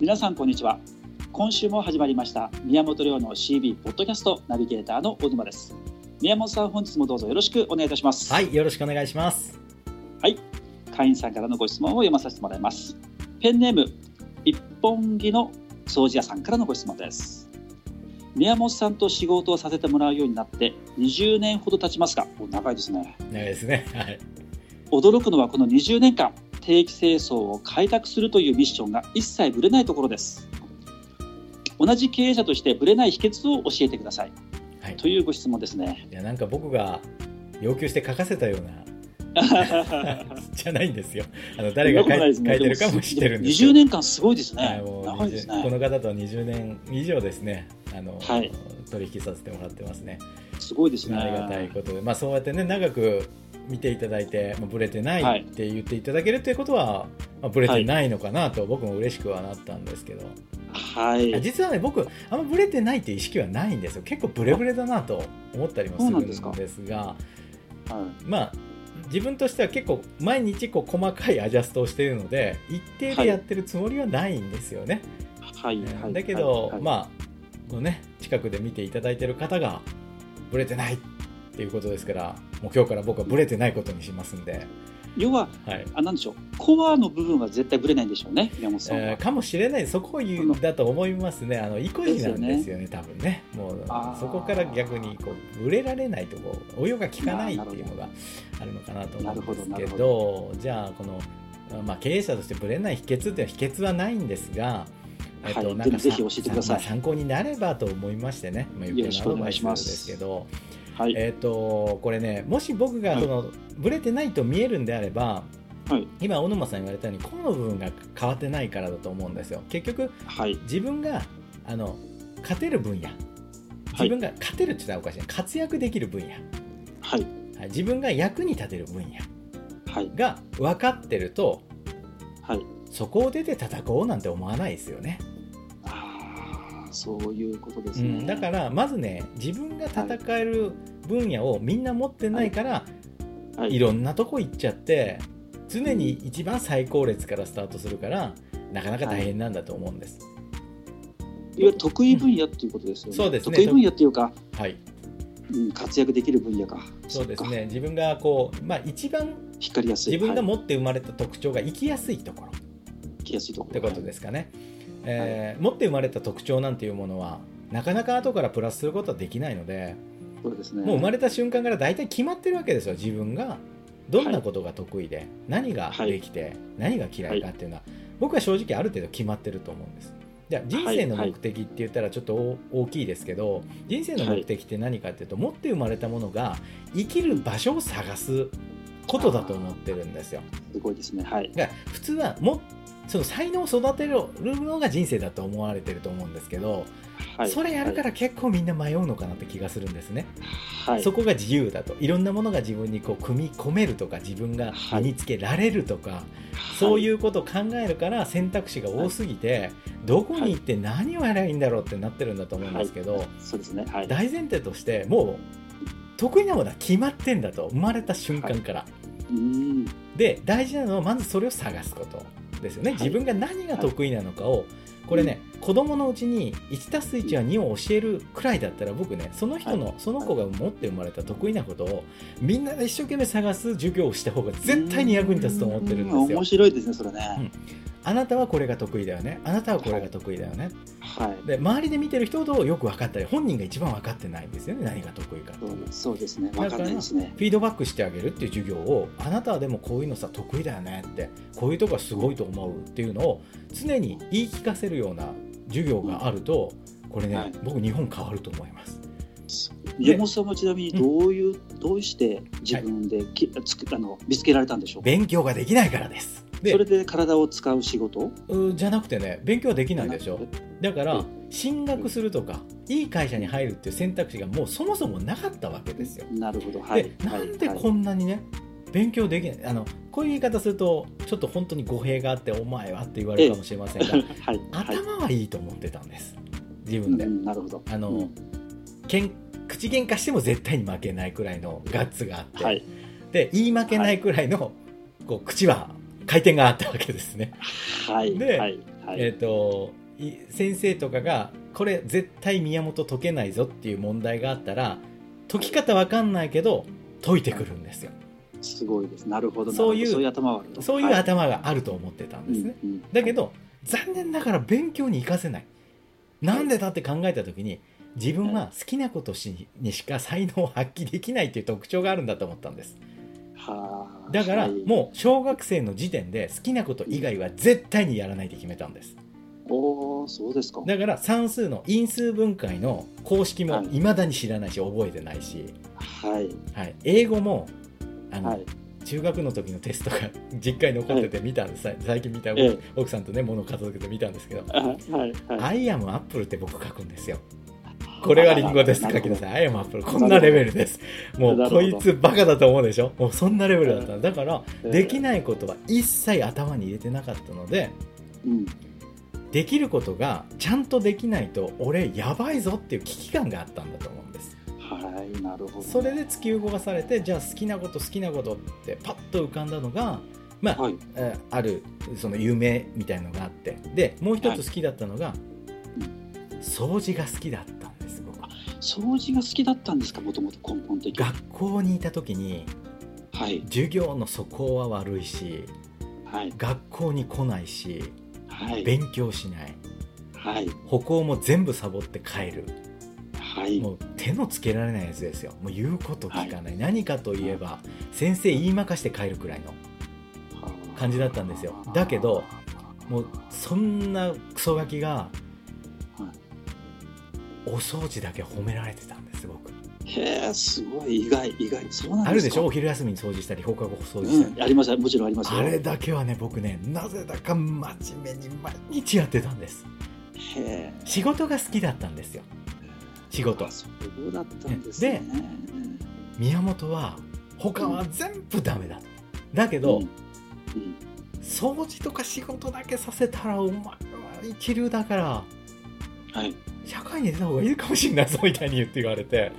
皆さんこんにちは。今週も始まりました宮本亮の CB ポッドキャストナビゲーターの小沼です。宮本さん、本日もどうぞよろしくお願いいたします。 はい、よろしくお願いします。 はい、会員さんからのご質問を読まさせてもらいます。ペンネーム一本木の掃除屋さんからのご質問です。宮本さんと仕事をさせてもらうようになって20年ほど経ちますが、長いですね。 長いですね。はい。 驚くのはこの20年間定期清掃を開拓するというミッションが一切ぶれないところです。同じ経営者としてぶれない秘訣を教えてください、はい、というご質問ですね。 いや、なんか僕が要求して書かせたようなじゃないんですよ。誰が書いてるかも知ってるんですけど、 20年間すごいですね。 はい、もう長いですね。この方とは20年以上ですね、はい、取引させてもらってますね。 すごいですね。 ありがたいことで、そうやってね、長く見ていただいて、ブレてないって言っていただけるということは、ブレてないのかなと僕も嬉しくはなったんですけど、 はい、 実はね、僕あんまブレてないっていう意識はないんですよ。結構ブレブレだなと思ったりもするんですが、自分としては結構毎日細かいアジャストをしているので、一定でやってるつもりはないんですよね。だけど、このね、近くで見ていただいている方がブレてないっていうことですから、もう今日から僕はブレてないことにしますんで。 要は、なんでしょう、コアの部分は絶対ブレないんでしょうね、宮本さんは。 かもしれない。そこを言うんだと思いますね。意固地なんですよね、多分ね。もうそこから逆にブレられないと応用が効かないっていうのがあるのかなと思うんですけど、じゃあこの、経営者としてブレない秘訣っていうのは秘訣はないんですが、 なんかぜひ教えてください。 参考になればと思いましてね、 よろしくお願いします。 ですけど、これね、もし僕がブレてないと見えるんであれば、今小沼さん言われたように、この部分が変わってないからだと思うんですよ。結局、自分が勝てる分野、自分が勝てるって言ったらおかしい、活躍できる分野、自分が役に立てる分野が分かってると、そこを出て戦おうなんて思わないですよね。 そういうことですね。 だからまずね、自分が戦える分野をみんな持ってないから、いろんなとこ行っちゃって常に一番最高列からスタートするから、なかなか大変なんだと思うんです。 いわゆる得意分野っていうことですよね。 そうですね。 得意分野っていうか、活躍できる分野か。 そうですね。自分が一番光りやすい、 自分が持って生まれた特徴が生きやすいところ、ってことですかね。持って生まれた特徴なんていうものはなかなか後からプラスすることはできないので、 そうですね、 もう生まれた瞬間から大体決まってるわけですよ。自分がどんなことが得意で、何ができて、何が嫌いかっていうのは、僕は正直ある程度決まってると思うんです。じゃあ人生の目的って言ったらちょっと大きいですけど、人生の目的って何かっていうと、持って生まれたものが生きる場所を探すことだと思ってるんですよ。 すごいですね。 普通はその才能を育てるのが人生だと思われてると思うんですけど、それやるから結構みんな迷うのかなって気がするんですね。そこが自由だと、いろんなものが自分に組み込めるとか、自分が身につけられるとか、そういうことを考えるから選択肢が多すぎて、どこに行って何をやればいいんだろうってなってるんだと思うんですけど、 そうですね。 大前提としてもう得意なものは決まってんだと、生まれた瞬間から。で、大事なのはまずそれを探すことですよね。自分が何が得意なのかを、これね、子供のうちに 1+1 は2を教えるくらいだったら、僕ね、その人の、その子が持って生まれた得意なことをみんなで一生懸命探す授業をした方が絶対に役に立つと思ってるんですよ。 面白いですね、それね。 あなたはこれが得意だよね、あなたはこれが得意だよね、で周りで見てる人ほどよく分かったり、本人が一番分かってないんですよね、何が得意かって。 そうですね、分かんないですね。 フィードバックしてあげるっていう授業を、あなたはでもこういうのさ得意だよねって、こういうとこはすごいと思うっていうのを常に言い聞かせるような授業があると、これね、僕日本変わると思います。 宮本さんはちなみにどうして自分で見つけられたんでしょうか。 勉強ができないからです。 それで体を使う仕事じゃなくてね、勉強はできないでしょ。だから進学するとか、いい会社に入るっていう選択肢がもうそもそもなかったわけですよ。 なるほど。 で、なんでこんなにね、勉強できない、こういう言い方するとちょっと本当に語弊があって、お前はって言われるかもしれませんが、頭はいいと思ってたんです、自分で。 なるほど。 口喧嘩しても絶対に負けないくらいのガッツがあって、で言い負けないくらいの口は回転があったわけですね。 はい、 で、 はいはい、 先生とかがこれ絶対宮本解けないぞっていう問題があったら解き方わかんないけど解いてくるんですよ。 すごいです。なるほど。 そういう頭があると。 そういう頭があると思ってたんですね。だけど残念ながら勉強に活かせない。なんでだって考えた時に自分は好きなことにしか才能を発揮できないという特徴があるんだと思ったんです。だからもう小学生の時点で好きなこと以外は絶対にやらないと決めたんです。 そうですか。 だから算数の因数分解の公式も未だに知らないし覚えてないし、 はいはい、英語も中学の時のテストが実家に残ってて見たんです、最近見た、奥さんとね物を片付けて見たんですけど、アイアムアップルって僕書くんですよ。これはリンゴです書きなさい。アイアムアップルこんなレベルです。もうこいつバカだと思うでしょ。もうそんなレベルだった。だからできないことは一切頭に入れてなかったので、できることがちゃんとできないと俺やばいぞっていう危機感があったんだと思うんです。 はい、なるほど。 それで突き動かされて、じゃあ好きなことってパッと浮かんだのが、まあ、あるその夢みたいのがあって、でもう一つ好きだったのが、掃除が好きだったんです。僕掃除が好きだったんですか。もともと根本的に学校にいた時に、授業の素行は悪いし、学校に来ないし、勉強しない、歩行も全部サボって帰る、もう手のつけられないやつですよ。もう言うこと聞かない、何かといえば先生言いまかして帰るくらいの感じだったんですよ。だけどもうそんなクソガキがお掃除だけ褒められてたんです僕。 へえ、すごい意外。そうなんですか。 あるでしょ、お昼休みに掃除したり放課後掃除したり、 あります、もちろんありますよ。 あれだけはね僕ね、なぜだか真面目に毎日やってたんです。 へー、 仕事が好きだったんですよ。仕事。 そうだったんですね。 で宮本は他は全部ダメだと、だけど、掃除とか仕事だけさせたらお前は一流だから、社会に出た方がいいかもしれないぞみたいに言われて、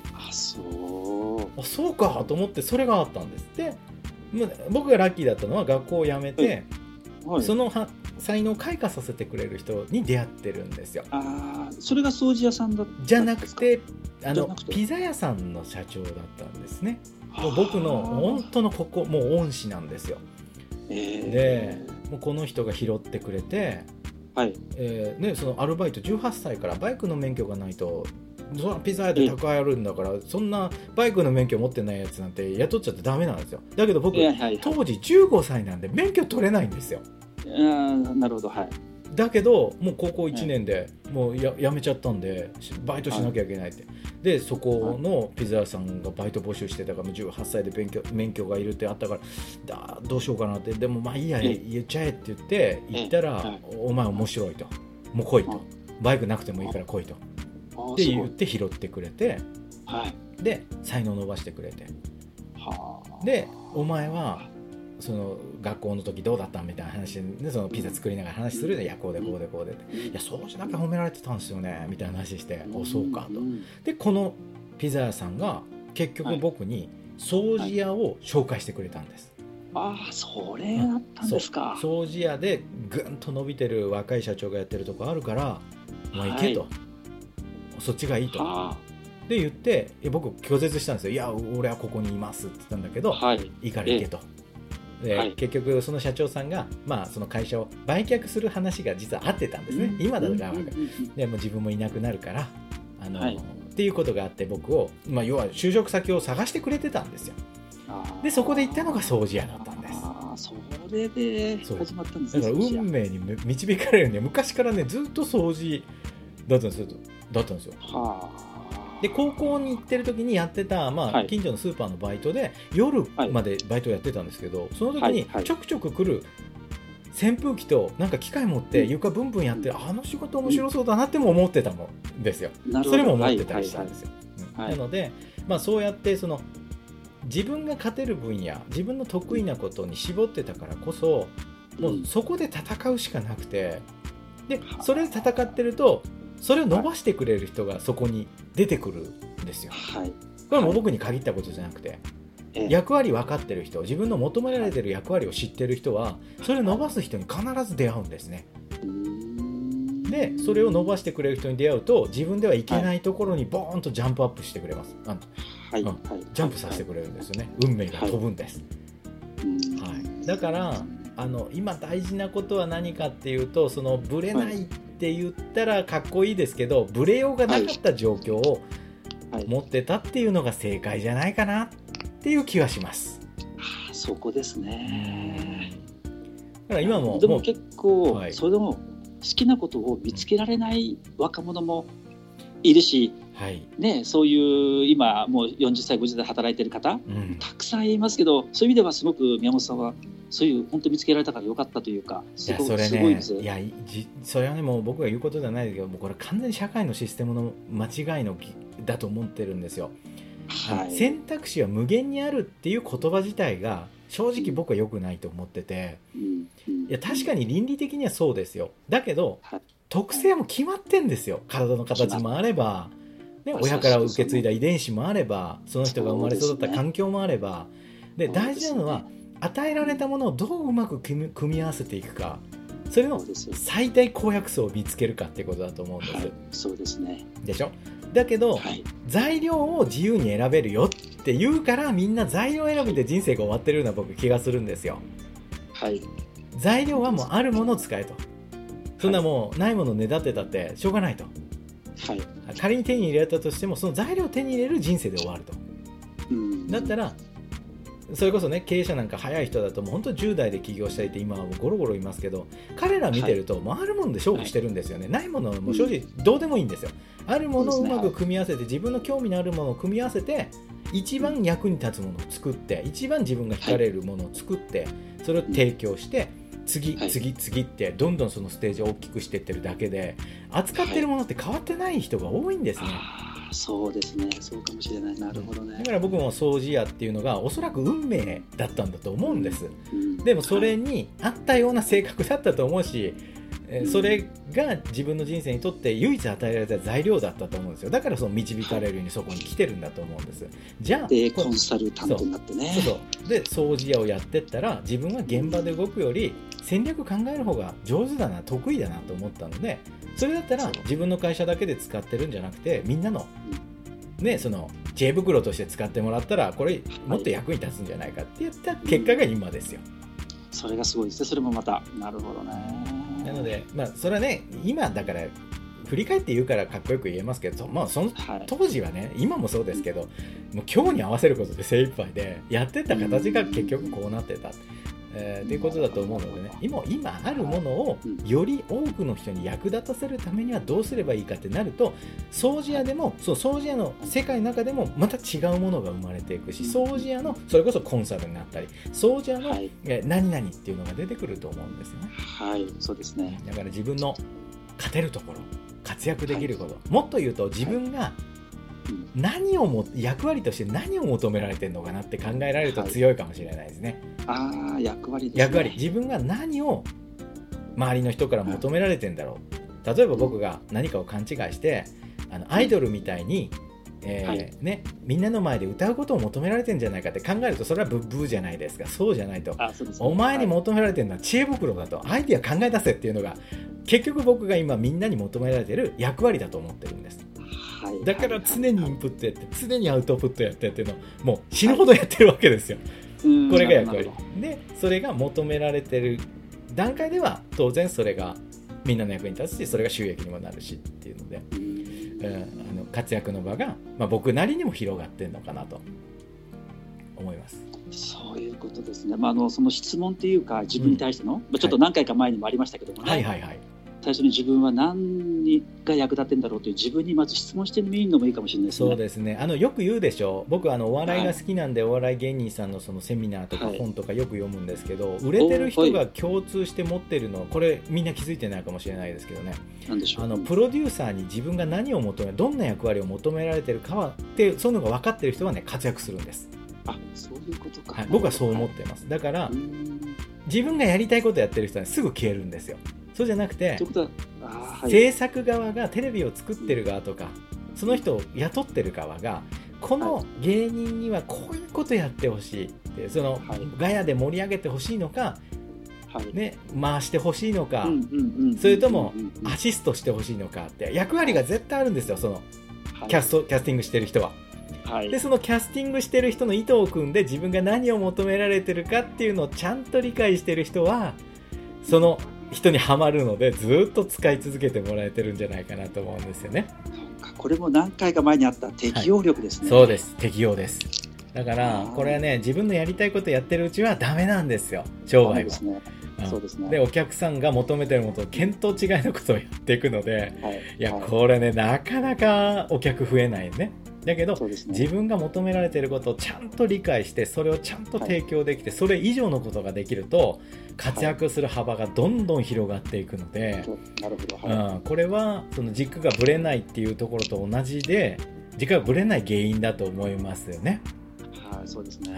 そうかと思って、それがあったんです。で僕がラッキーだったのは学校を辞めて、その才能を開花させてくれる人に出会ってるんですよ。 それが掃除屋さんだったんですか。 じゃなくてピザ屋さんの社長だったんですね。もう僕の本当のもう恩師なんですよ。でもうこの人が拾ってくれて、そのアルバイト18歳からバイクの免許がないとそのピザ屋で宅配あるんだから、そんなバイクの免許持ってないやつなんて雇っちゃってダメなんですよ。だけど僕、当時15歳なんで免許取れないんですよ。 なるほど。 だけどもう高校1年でもうやめちゃったんでバイトしなきゃいけないって、でそこのピザ屋さんがバイト募集してたから、18歳で免許がいるってあったからどうしようかなって、でもまあいいや言っちゃえって言って行ったら、お前面白いと、もう来いと、バイクなくてもいいから来いとって言って拾ってくれて、で才能伸ばしてくれて、でお前はその学校の時どうだったみたいな話で、そのピザ作りながら話するで、いやこうでこうでこうでって、いや掃除だけ褒められてたんですよねみたいな話して、そうかと。でこのピザ屋さんが結局僕に掃除屋を紹介してくれたんです。 それだったんですか。 掃除屋でぐんと伸びてる若い社長がやってるとこあるから、もう行けと、そっちがいいとで言って、僕拒絶したんですよ。いや俺はここにいますって言ったんだけど、いいから行けと。で結局その社長さんが、その会社を売却する話が実はあってたんですね。今だからでも自分もいなくなるからっていうことがあって、僕を、要は就職先を探してくれてたんですよ。でそこで行ったのが掃除屋だったんです。 それで始まったんですね。 だから運命に導かれるね。昔からねずっと掃除だったんですよ。で高校に行ってる時にやってた、近所のスーパーのバイトで夜までバイトやってたんですけど、その時にちょくちょく来る扇風機となんか機械持って床ブンブンやって、あの仕事面白そうだなっても思ってたんですよ。それも思ってたりしたんですよ。なので、そうやってその自分が勝てる分野、自分の得意なことに絞ってたからこそ、もうそこで戦うしかなくて、でそれで戦ってるとそれを伸ばしてくれる人がそこに出てくるんですよ。これも僕に限ったことじゃなくて、 役割分かってる人、自分の求められてる役割を知ってる人はそれを伸ばす人に必ず出会うんですね。でそれを伸ばしてくれる人に出会うと自分ではいけないところにボーンとジャンプアップしてくれます。ジャンプさせてくれるんですよね。運命が飛ぶんです。だから今大事なことは何かっていうと、そのブレないって言ったらかっこいいですけど、ブレようがなかった状況を持ってたっていうのが正解じゃないかなっていう気はします。 そこですね。 だから今もでも結構、それでも好きなことを見つけられない若者もいるし、そういう今もう40歳50歳で働いてる方、たくさんいますけど、そういう意味ではすごく宮本さんはそういう本当見つけられたからよかったというか、すごいです。 それはね、もう僕が言うことじゃないけど、もうこれ完全に社会のシステムの間違いのだと思ってるんですよ。選択肢は無限にあるっていう言葉自体が正直僕は良くないと思ってて、いや確かに倫理的にはそうですよ。だけど、特性も決まってんですよ。体の形もあれば、親から受け継いだ遺伝子もあれば、その人が生まれ育った環境もあれば、で大事なのは与えられたものをどううまく組み合わせていくか、それの最大公約数を見つけるかっていうことだと思うんです。 そうですね。 でしょ。だけど、材料を自由に選べるよって言うからみんな材料選びで人生が終わってるような僕気がするんですよ。材料はもうあるものを使えと。そんなもうないものをねだってたってしょうがないと。仮に手に入れたとしてもその材料を手に入れる人生で終わると。だったらそれこそね、経営者なんか早い人だともう本当10代で起業したりって今はもうゴロゴロいますけど、彼ら見てるともうあるもので勝負してるんですよね。ないものはもう正直どうでもいいんですよ。あるものをうまく組み合わせて、自分の興味のあるものを組み合わせて一番役に立つものを作って、一番自分が惹かれるものを作って、それを提供して次ってどんどんそのステージを大きくしていってるだけで、扱ってるものって変わってない人が多いんですね。 そうですね、そうかもしれない。なるほどね。 だから僕も掃除屋っていうのがおそらく運命だったんだと思うんです。でもそれに合ったような性格だったと思うし、それが自分の人生にとって唯一与えられた材料だったと思うんですよ。だからその導かれるようにそこに来てるんだと思うんです。じゃあでコンサルタントになってね。 で掃除屋をやってったら自分は現場で動くより戦略考える方が上手だな、得意だなと思ったので、それだったら自分の会社だけで使ってるんじゃなくて、みんなのその知恵袋として使ってもらったらこれもっと役に立つんじゃないかって言った結果が今ですよ。 それがすごいですね。それもまたなるほどね。 なのでそれはね、今だから振り返って言うからかっこよく言えますけど、その当時はね、今もそうですけど、もう今日に合わせることで精一杯でやってた形が結局こうなってたっていうことだと思うのでね、今あるものをより多くの人に役立たせるためにはどうすればいいかってなると、掃除屋でも掃除屋の世界の中でもまた違うものが生まれていくし、掃除屋のそれこそコンサルになったり、掃除屋の何々っていうのが出てくると思うんですよね。 そうですね。 だから自分の勝てるところ、活躍できること、もっと言うと自分が何を役割として何を求められてるのかなって考えられると強いかもしれないですね。 役割ですね。 自分が何を周りの人から求められてるんだろう。例えば僕が何かを勘違いしてアイドルみたいに、みんなの前で歌うことを求められてるんじゃないかって考えると、それはブッブーじゃないですか。そうじゃないと、お前に求められてるのは知恵袋だと、アイディア考え出せっていうのが結局僕が今みんなに求められてる役割だと思ってるんです。だから常にインプットやって常にアウトプットやってっていうのをもう死ぬほどやってるわけですよ。これが役割で、それが求められてる段階では当然それがみんなの役に立つし、それが収益にもなるしっていうので、活躍の場が、僕なりにも広がってるのかなと思います。 そういうことですね。その質問っていうか自分に対しての、ちょっと何回か前にもありましたけどもね、最初に自分は何が役立ってんだろうという自分にまず質問してみるのもいいかもしれないですね。 そうですね。よく言うでしょ。僕お笑いが好きなんで、お笑い芸人さんのそのセミナーとか本とかよく読むんですけど、売れてる人が共通して持ってるのは、これみんな気づいてないかもしれないですけどね、 なんでしょう。 プロデューサーに自分が何をどんな役割を求められてるかはってそういうのが分かってる人はね、活躍するんです。 そういうことか。 僕はそう思ってます。だから自分がやりたいことやってる人はすぐ消えるんですよ。そうじゃなくて、制作側がテレビを作ってる側とかその人を雇ってる側がこの芸人にはこういうことやってほしいってその、ガヤで盛り上げてほしいのか、ね、回してほしいのか、それともアシストしてほしいのかって役割が絶対あるんですよ、そのキャスティングしてる人は。でそのキャスティングしてる人の意図を組んで自分が何を求められてるかっていうのをちゃんと理解してる人はその人にはまるのでずっと使い続けてもらえてるんじゃないかなと思うんですよね。 これも何回か前にあった適応力ですね。 そうです、適応です。だからこれはね自分のやりたいことやってるうちはダメなんですよ、商売は。そうですね。でお客さんが求めてるものと見当違いのことをやっていくので、いやこれねなかなかお客増えないね。だけど、自分が求められていることをちゃんと理解してそれをちゃんと提供できて、それ以上のことができると活躍する幅がどんどん広がっていくので、これはその軸がぶれないっていうところと同じで軸がぶれない原因だと思いますよね。 そうですね。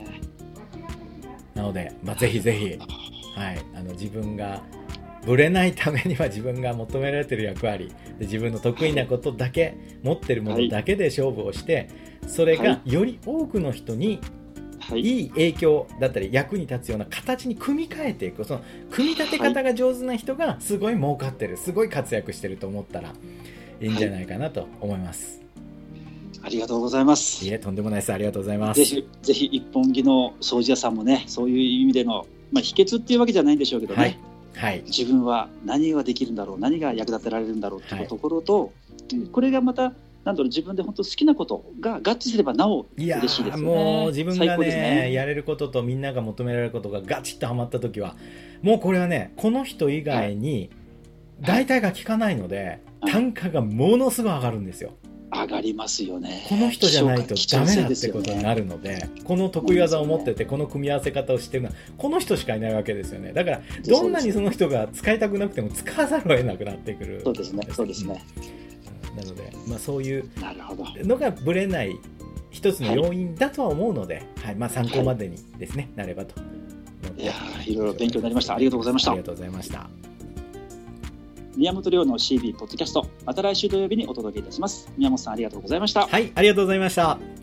なので、ぜひぜひ、自分がぶれないためには自分が求められている役割で自分の得意なことだけ、持ってるものだけで勝負をして、それがより多くの人にいい影響だったり役に立つような形に組み替えていく、その組み立て方が上手な人がすごい儲かってる、すごい活躍してると思ったらいいんじゃないかなと思います。 ありがとうございます。 いえ、とんでもないです。ありがとうございます。 ぜひ一本木の掃除屋さんもね、そういう意味での、秘訣っていうわけじゃないんでしょうけどね、自分は何ができるんだろう、何が役立てられるんだろうっていうところと、これがまた自分で本当好きなことが合致すればなお嬉しいですよね。 もう自分がねやれることとみんなが求められることがガチッとはまった時はもうこれはねこの人以外に代替が効かないので、単価がものすごい上がるんですよ。 上がりますよね。 この人じゃないとダメだってことになるので、この得意技を持っててこの組み合わせ方をしてるのはこの人しかいないわけですよね。だからどんなにその人が使いたくなくても使わざるを得なくなってくる。 そうですね。そうですね。 なので、そういうのがぶれない一つの要因だとは思うので、参考までにですね、なればと思って。 いろいろ勉強になりました。ありがとうございました。 ありがとうございました。 宮本亮の CB ポッドキャスト、また来週土曜日にお届けいたします。宮本さん、ありがとうございました。 はい、ありがとうございました。